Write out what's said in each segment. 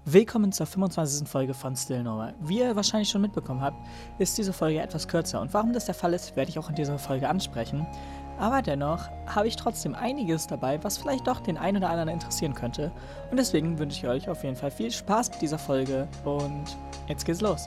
Willkommen zur 25. Folge von Still Nova. Wie ihr wahrscheinlich schon mitbekommen habt, ist diese Folge etwas kürzer und warum das der Fall ist, werde ich auch in dieser Folge ansprechen. Aber dennoch habe ich trotzdem einiges dabei, was vielleicht doch den einen oder anderen interessieren könnte. Und deswegen wünsche ich euch auf jeden Fall viel Spaß mit dieser Folge und jetzt geht's los.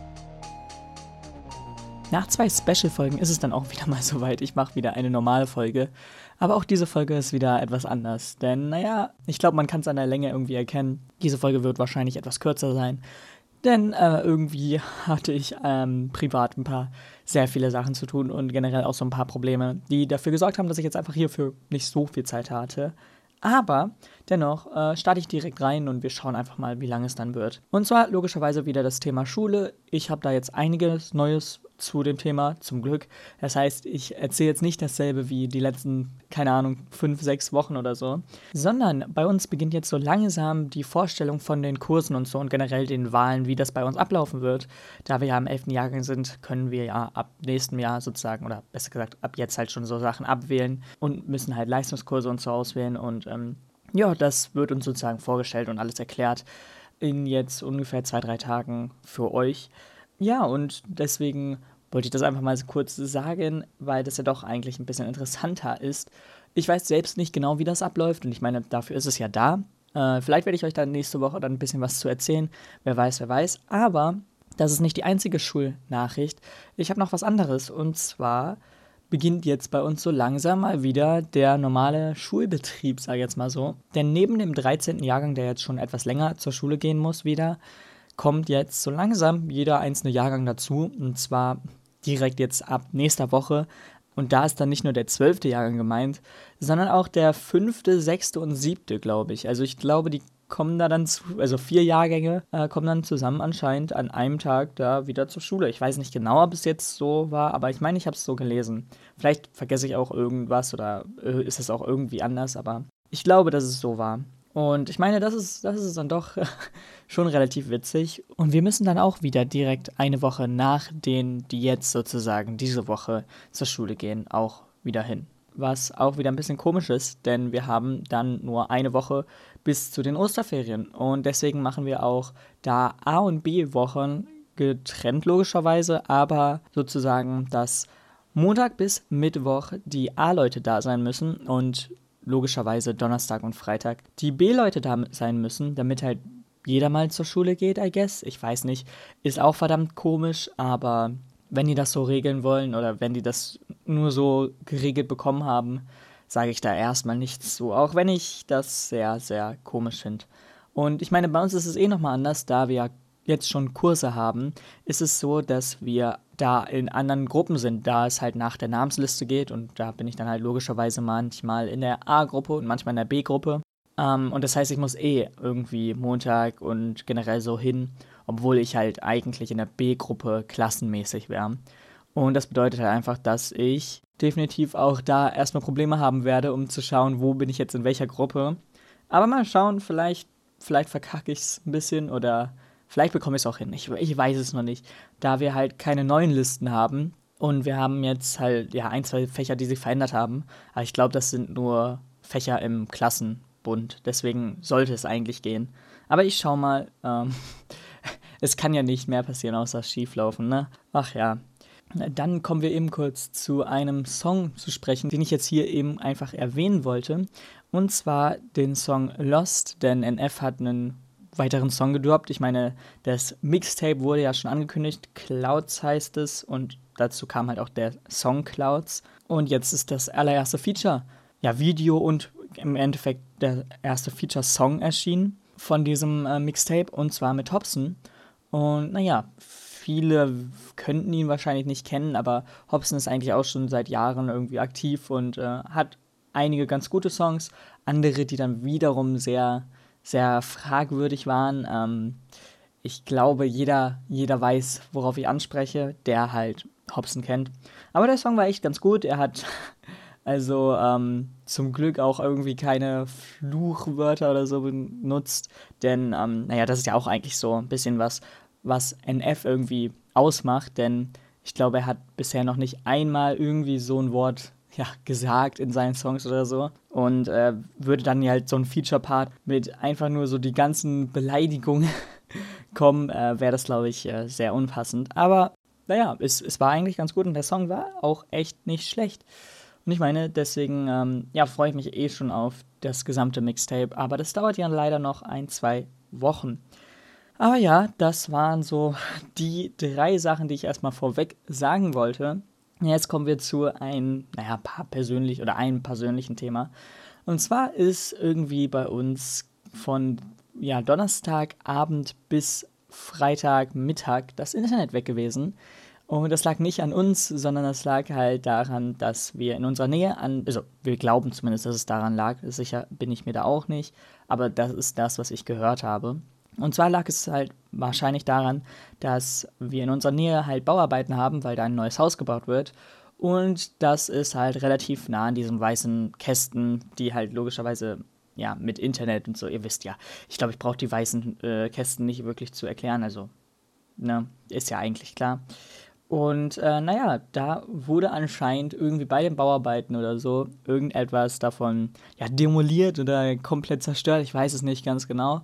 Nach 2 Special-Folgen ist es dann auch wieder mal soweit. Ich mache wieder eine normale Folge. Aber auch diese Folge ist wieder etwas anders. Denn, ich glaube, man kann es an der Länge irgendwie erkennen. Diese Folge wird wahrscheinlich etwas kürzer sein. Denn irgendwie hatte ich privat ein paar sehr viele Sachen zu tun und generell auch so ein paar Probleme, die dafür gesorgt haben, dass ich jetzt einfach hierfür nicht so viel Zeit hatte. Aber dennoch starte ich direkt rein und wir schauen einfach mal, wie lange es dann wird. Und zwar logischerweise wieder das Thema Schule. Ich habe da jetzt einiges Neues zu dem Thema, zum Glück. Das heißt, ich erzähle jetzt nicht dasselbe wie die letzten, 5, 6 Wochen oder so, sondern bei uns beginnt jetzt so langsam die Vorstellung von den Kursen und so und generell den Wahlen, wie das bei uns ablaufen wird. Da wir ja im 11. Jahrgang sind, können wir ja ab nächstem Jahr sozusagen, oder besser gesagt, ab jetzt halt schon so Sachen abwählen und müssen halt Leistungskurse und so auswählen und das wird uns sozusagen vorgestellt und alles erklärt in jetzt ungefähr 2, 3 Tagen für euch. Ja, und deswegen wollte ich das einfach mal so kurz sagen, weil das ja doch eigentlich ein bisschen interessanter ist. Ich weiß selbst nicht genau, wie das abläuft und ich meine, dafür ist es ja da. Vielleicht werde ich euch dann nächste Woche dann ein bisschen was zu erzählen. Wer weiß, wer weiß. Aber das ist nicht die einzige Schulnachricht. Ich habe noch was anderes und zwar beginnt jetzt bei uns so langsam mal wieder der normale Schulbetrieb, sage ich jetzt mal so. Denn neben dem 13. Jahrgang, der jetzt schon etwas länger zur Schule gehen muss wieder, kommt jetzt so langsam jeder einzelne Jahrgang dazu. Und zwar direkt jetzt ab nächster Woche. Und da ist dann nicht nur der 12. Jahrgang gemeint, sondern auch der 5., 6. und 7., glaube ich. Also ich glaube, die kommen da dann also 4 Jahrgänge kommen dann zusammen anscheinend an einem Tag da wieder zur Schule. Ich weiß nicht genau, ob es jetzt so war, aber ich meine, ich habe es so gelesen. Vielleicht vergesse ich auch irgendwas oder ist es auch irgendwie anders, aber ich glaube, dass es so war. Und ich meine, das ist dann doch schon relativ witzig. Und wir müssen dann auch wieder direkt eine Woche nach denen, die jetzt sozusagen diese Woche zur Schule gehen, auch wieder hin. Was auch wieder ein bisschen komisch ist, denn wir haben dann nur eine Woche bis zu den Osterferien. Und deswegen machen wir auch da A- und B-Wochen getrennt logischerweise, aber sozusagen, dass Montag bis Mittwoch die A-Leute da sein müssen und logischerweise Donnerstag und Freitag die B-Leute da sein müssen, damit halt jeder mal zur Schule geht, I guess. Ich weiß nicht, ist auch verdammt komisch, aber wenn die das so regeln wollen oder wenn die das nur so geregelt bekommen haben, sage ich da erstmal nichts zu, auch wenn ich das sehr, sehr komisch finde. Und ich meine, bei uns ist es nochmal anders, da wir jetzt schon Kurse haben, ist es so, dass wir da in anderen Gruppen sind, da es halt nach der Namensliste geht und da bin ich dann halt logischerweise manchmal in der A-Gruppe und manchmal in der B-Gruppe. Und das heißt, ich muss irgendwie Montag und generell so hin, obwohl ich halt eigentlich in der B-Gruppe klassenmäßig wäre. Und das bedeutet halt einfach, dass ich definitiv auch da erstmal Probleme haben werde, um zu schauen, wo bin ich jetzt in welcher Gruppe. Aber mal schauen, vielleicht verkacke ich es ein bisschen oder vielleicht bekomme ich es auch hin. Ich weiß es noch nicht. Da wir halt keine neuen Listen haben und wir haben jetzt halt ja 1, 2 Fächer, die sich verändert haben. Aber ich glaube, das sind nur Fächer im Klassenbund. Deswegen sollte es eigentlich gehen. Aber ich schau mal. Es kann ja nicht mehr passieren, außer schieflaufen, ne? Ach ja. Dann kommen wir eben kurz zu einem Song zu sprechen, den ich jetzt hier eben einfach erwähnen wollte. Und zwar den Song Lost, denn NF hat einen weiteren Song gedroppt. Ich meine, das Mixtape wurde ja schon angekündigt. Clouds heißt es und dazu kam halt auch der Song Clouds. Und jetzt ist das allererste Feature, ja, Video und im Endeffekt der erste Feature-Song erschienen von diesem Mixtape und zwar mit Hopsin. Und viele könnten ihn wahrscheinlich nicht kennen, aber Hopsin ist eigentlich auch schon seit Jahren irgendwie aktiv und hat einige ganz gute Songs, andere, die dann wiederum sehr, sehr fragwürdig waren. Ich glaube, jeder weiß, worauf ich anspreche, der halt Hopsin kennt. Aber der Song war echt ganz gut. Er hat also zum Glück auch irgendwie keine Fluchwörter oder so benutzt, denn das ist ja auch eigentlich so ein bisschen was NF irgendwie ausmacht, denn ich glaube, er hat bisher noch nicht einmal irgendwie so ein Wort ja, gesagt in seinen Songs oder so. Und würde dann halt so ein Feature-Part mit einfach nur so die ganzen Beleidigungen kommen, wäre das, glaube ich, sehr unpassend. Aber naja, es war eigentlich ganz gut und der Song war auch echt nicht schlecht. Und ich meine, deswegen ja, freue ich mich eh schon auf das gesamte Mixtape. Aber das dauert ja leider noch 1, 2 Wochen. Aber ja, das waren so die 3 Sachen, die ich erstmal vorweg sagen wollte. Jetzt kommen wir zu einem persönlichen Thema. Und zwar ist irgendwie bei uns von ja, Donnerstagabend bis Freitagmittag das Internet weg gewesen. Und das lag nicht an uns, sondern das lag halt daran, dass wir in unserer Nähe also wir glauben zumindest, dass es daran lag. Sicher bin ich mir da auch nicht, aber das ist das, was ich gehört habe. Und zwar lag es halt wahrscheinlich daran, dass wir in unserer Nähe halt Bauarbeiten haben, weil da ein neues Haus gebaut wird. Und das ist halt relativ nah an diesen weißen Kästen, die halt logischerweise, ja, mit Internet und so, ihr wisst ja. Ich glaube, ich brauche die weißen Kästen nicht wirklich zu erklären, also, ne, ist ja eigentlich klar. Und naja, da wurde anscheinend irgendwie bei den Bauarbeiten oder so irgendetwas davon ja, demoliert oder komplett zerstört. Ich weiß es nicht ganz genau.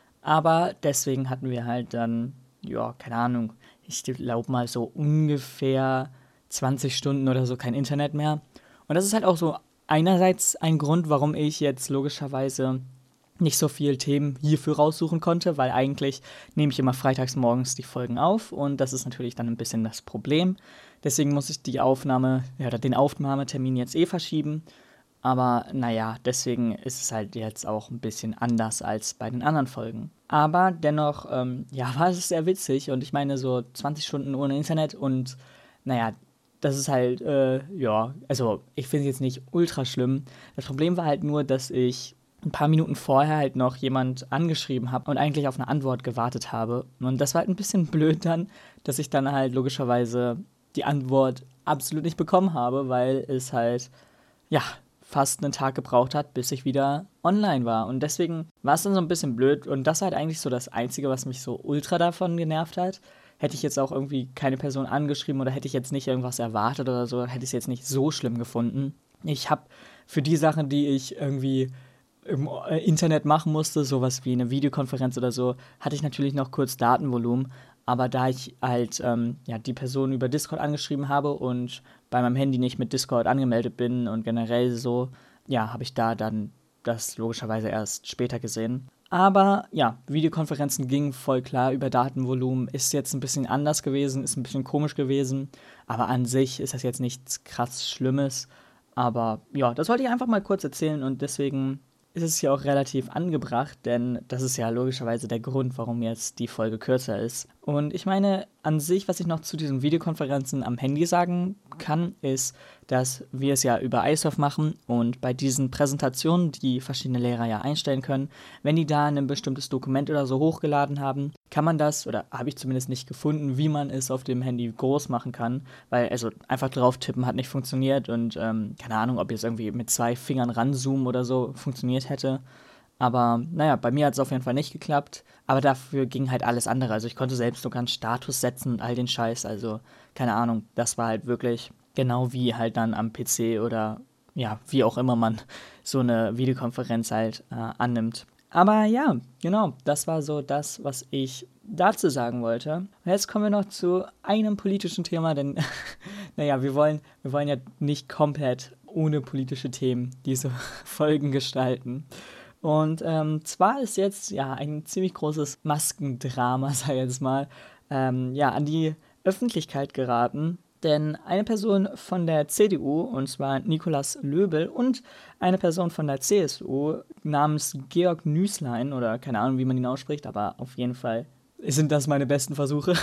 Aber deswegen hatten wir halt dann, ja, keine Ahnung, ich glaube mal so ungefähr 20 Stunden oder so kein Internet mehr. Und das ist halt auch so einerseits ein Grund, warum ich jetzt logischerweise nicht so viel Themen hierfür raussuchen konnte, weil eigentlich nehme ich immer freitags morgens die Folgen auf und das ist natürlich dann ein bisschen das Problem. Deswegen muss ich die Aufnahme, ja, oder den Aufnahmetermin jetzt eh verschieben. Aber naja, deswegen ist es halt jetzt auch ein bisschen anders als bei den anderen Folgen. Aber dennoch, ja, war es sehr witzig und ich meine so 20 Stunden ohne Internet und naja, das ist halt, ja, also ich finde es jetzt nicht ultra schlimm. Das Problem war halt nur, dass ich ein paar Minuten vorher halt noch jemand angeschrieben habe und eigentlich auf eine Antwort gewartet habe. Und das war halt ein bisschen blöd dann, dass ich dann halt logischerweise die Antwort absolut nicht bekommen habe, weil es halt, ja, fast einen Tag gebraucht hat, bis ich wieder online war. Und deswegen war es dann so ein bisschen blöd. Und das war halt eigentlich so das Einzige, was mich so ultra davon genervt hat. Hätte ich jetzt auch irgendwie keine Person angeschrieben oder hätte ich jetzt nicht irgendwas erwartet oder so, hätte ich es jetzt nicht so schlimm gefunden. Ich habe für die Sachen, die ich irgendwie im Internet machen musste, sowas wie eine Videokonferenz oder so, hatte ich natürlich noch kurz Datenvolumen. Aber da ich halt ja, die Person über Discord angeschrieben habe und bei meinem Handy nicht mit Discord angemeldet bin und generell so, ja, habe ich da dann das logischerweise erst später gesehen. Aber ja, Videokonferenzen gingen voll klar über Datenvolumen. Ist jetzt ein bisschen anders gewesen, ist ein bisschen komisch gewesen. Aber an sich ist das jetzt nichts krass Schlimmes. Aber ja, das wollte ich einfach mal kurz erzählen und deswegen ist es ja auch relativ angebracht, denn das ist ja logischerweise der Grund, warum jetzt die Folge kürzer ist. Und ich meine, an sich, was ich noch zu diesen Videokonferenzen am Handy sagen kann, ist, dass wir es ja über iSurf machen und bei diesen Präsentationen, die verschiedene Lehrer ja einstellen können, wenn die da ein bestimmtes Dokument oder so hochgeladen haben, kann man das, oder habe ich zumindest nicht gefunden, wie man es auf dem Handy groß machen kann, weil also einfach drauf tippen hat nicht funktioniert und keine Ahnung, ob jetzt irgendwie mit 2 Fingern ranzoomen oder so funktioniert hätte. Aber naja, bei mir hat es auf jeden Fall nicht geklappt. Aber dafür ging halt alles andere. Also ich konnte selbst sogar einen Status setzen und all den Scheiß. Also keine Ahnung, das war halt wirklich genau wie halt dann am PC oder ja, wie auch immer man so eine Videokonferenz halt annimmt. Aber ja, genau, das war so das, was ich dazu sagen wollte. Und jetzt kommen wir noch zu einem politischen Thema, denn naja, wir wollen ja nicht komplett ohne politische Themen diese Folgen gestalten. Und zwar ist jetzt ja ein ziemlich großes Maskendrama, sag ich jetzt mal, ja, an die Öffentlichkeit geraten. Denn eine Person von der CDU, und zwar Nikolaus Löbel, und eine Person von der CSU namens Georg Nüßlein, oder keine Ahnung, wie man ihn ausspricht, aber auf jeden Fall sind das meine besten Versuche,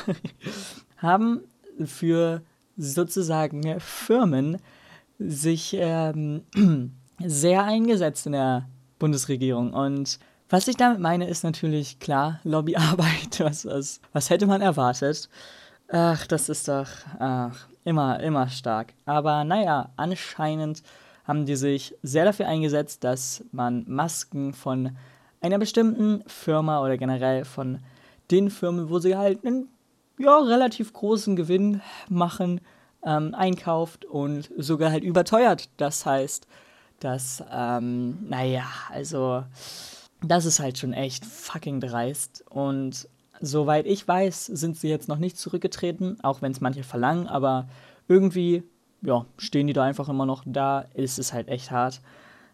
haben für sozusagen Firmen sich sehr eingesetzt in der Bundesregierung. Und was ich damit meine, ist natürlich klar Lobbyarbeit. Was hätte man erwartet? Ach, das ist doch immer stark. Aber naja, anscheinend haben die sich sehr dafür eingesetzt, dass man Masken von einer bestimmten Firma oder generell von den Firmen, wo sie halt einen ja, relativ großen Gewinn machen, einkauft und sogar halt überteuert. Das heißt, dass, also das ist halt schon echt fucking dreist. Und soweit ich weiß, sind sie jetzt noch nicht zurückgetreten, auch wenn es manche verlangen, aber irgendwie, ja, stehen die da einfach immer noch da. Es ist halt echt hart.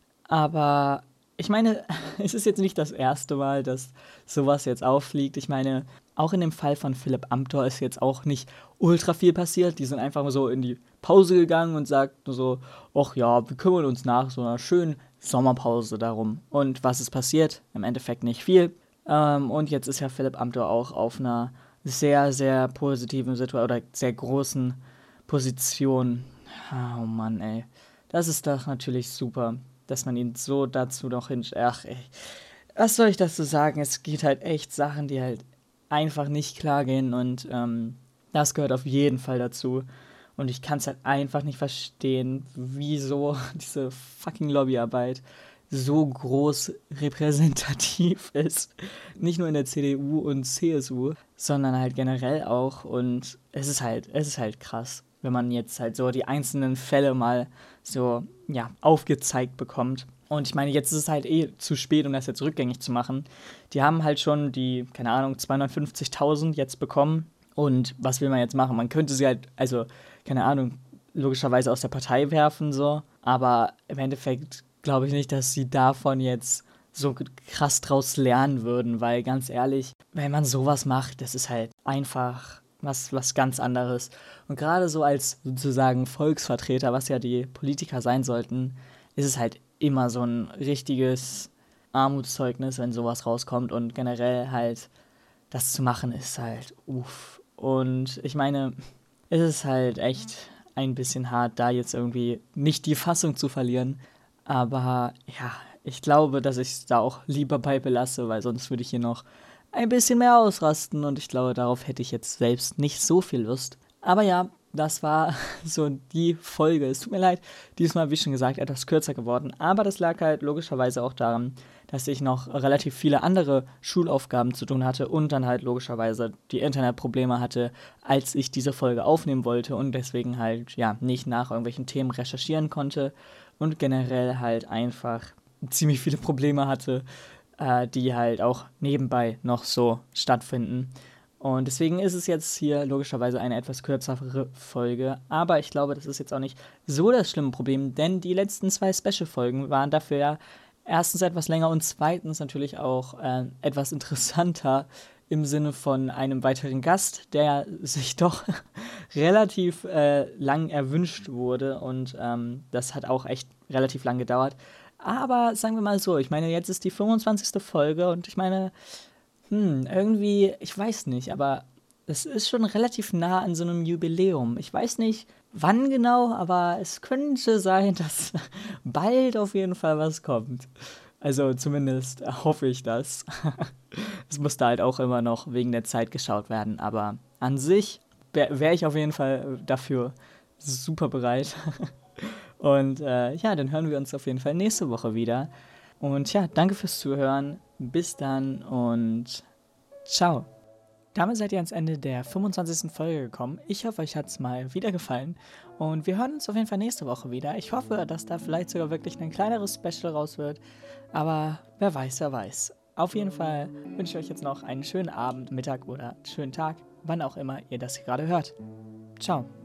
Aber ich meine, es ist jetzt nicht das erste Mal, dass sowas jetzt auffliegt. Ich meine, auch in dem Fall von Philipp Amthor ist jetzt auch nicht ultra viel passiert. Die sind einfach so in die Pause gegangen und sagten so, ach ja, wir kümmern uns nach so einer schönen Sommerpause darum. Und was ist passiert? Im Endeffekt nicht viel. Und jetzt ist ja Philipp Amthor auch auf einer sehr, sehr positiven Situation oder sehr großen Position. Oh Mann, ey. Das ist doch natürlich super, dass man ihn so dazu noch Ach, ey. Was soll ich dazu sagen? Es geht halt echt Sachen, die halt einfach nicht klar gehen und das gehört auf jeden Fall dazu. Und ich kann es halt einfach nicht verstehen, wieso diese fucking Lobbyarbeit so groß repräsentativ ist. Nicht nur in der CDU und CSU, sondern halt generell auch. Und es ist halt krass, wenn man jetzt halt so die einzelnen Fälle mal so, ja, aufgezeigt bekommt. Und ich meine, jetzt ist es halt zu spät, um das jetzt rückgängig zu machen. Die haben halt schon die, keine Ahnung, 250.000 jetzt bekommen. Und was will man jetzt machen? Man könnte sie halt, also, keine Ahnung, logischerweise aus der Partei werfen, so. Aber im Endeffekt glaube ich nicht, dass sie davon jetzt so krass draus lernen würden, weil ganz ehrlich, wenn man sowas macht, das ist halt einfach was ganz anderes. Und gerade so als sozusagen Volksvertreter, was ja die Politiker sein sollten, ist es halt immer so ein richtiges Armutszeugnis, wenn sowas rauskommt. Und generell halt das zu machen, ist halt uff. Und ich meine, es ist halt echt ein bisschen hart, da jetzt irgendwie nicht die Fassung zu verlieren. Aber ja, ich glaube, dass ich es da auch lieber bei belasse, weil sonst würde ich hier noch ein bisschen mehr ausrasten und ich glaube, darauf hätte ich jetzt selbst nicht so viel Lust. Aber ja, das war so die Folge. Es tut mir leid, diesmal, wie schon gesagt, etwas kürzer geworden. Aber das lag halt logischerweise auch daran, dass ich noch relativ viele andere Schulaufgaben zu tun hatte und dann halt logischerweise die Internetprobleme hatte, als ich diese Folge aufnehmen wollte und deswegen halt, ja, nicht nach irgendwelchen Themen recherchieren konnte und generell halt einfach ziemlich viele Probleme hatte, die halt auch nebenbei noch so stattfinden. Und deswegen ist es jetzt hier logischerweise eine etwas kürzere Folge. Aber ich glaube, das ist jetzt auch nicht so das schlimme Problem, denn die letzten 2 Special-Folgen waren dafür ja erstens etwas länger und zweitens natürlich auch etwas interessanter im Sinne von einem weiteren Gast, der sich doch relativ lang erwünscht wurde. Und das hat auch echt relativ lang gedauert. Aber sagen wir mal so, ich meine, jetzt ist die 25. Folge und ich meine, irgendwie, ich weiß nicht, aber es ist schon relativ nah an so einem Jubiläum. Ich weiß nicht, wann genau, aber es könnte sein, dass bald auf jeden Fall was kommt. Also zumindest hoffe ich das. Es muss da halt auch immer noch wegen der Zeit geschaut werden, aber an sich wär ich auf jeden Fall dafür super bereit. Und ja, dann hören wir uns auf jeden Fall nächste Woche wieder. Und ja, danke fürs Zuhören. Bis dann und ciao. Damit seid ihr ans Ende der 25. Folge gekommen. Ich hoffe, euch hat es mal wieder gefallen. Und wir hören uns auf jeden Fall nächste Woche wieder. Ich hoffe, dass da vielleicht sogar wirklich ein kleineres Special raus wird. Aber wer weiß, wer weiß. Auf jeden Fall wünsche ich euch jetzt noch einen schönen Abend, Mittag oder schönen Tag, wann auch immer ihr das hier gerade hört. Ciao.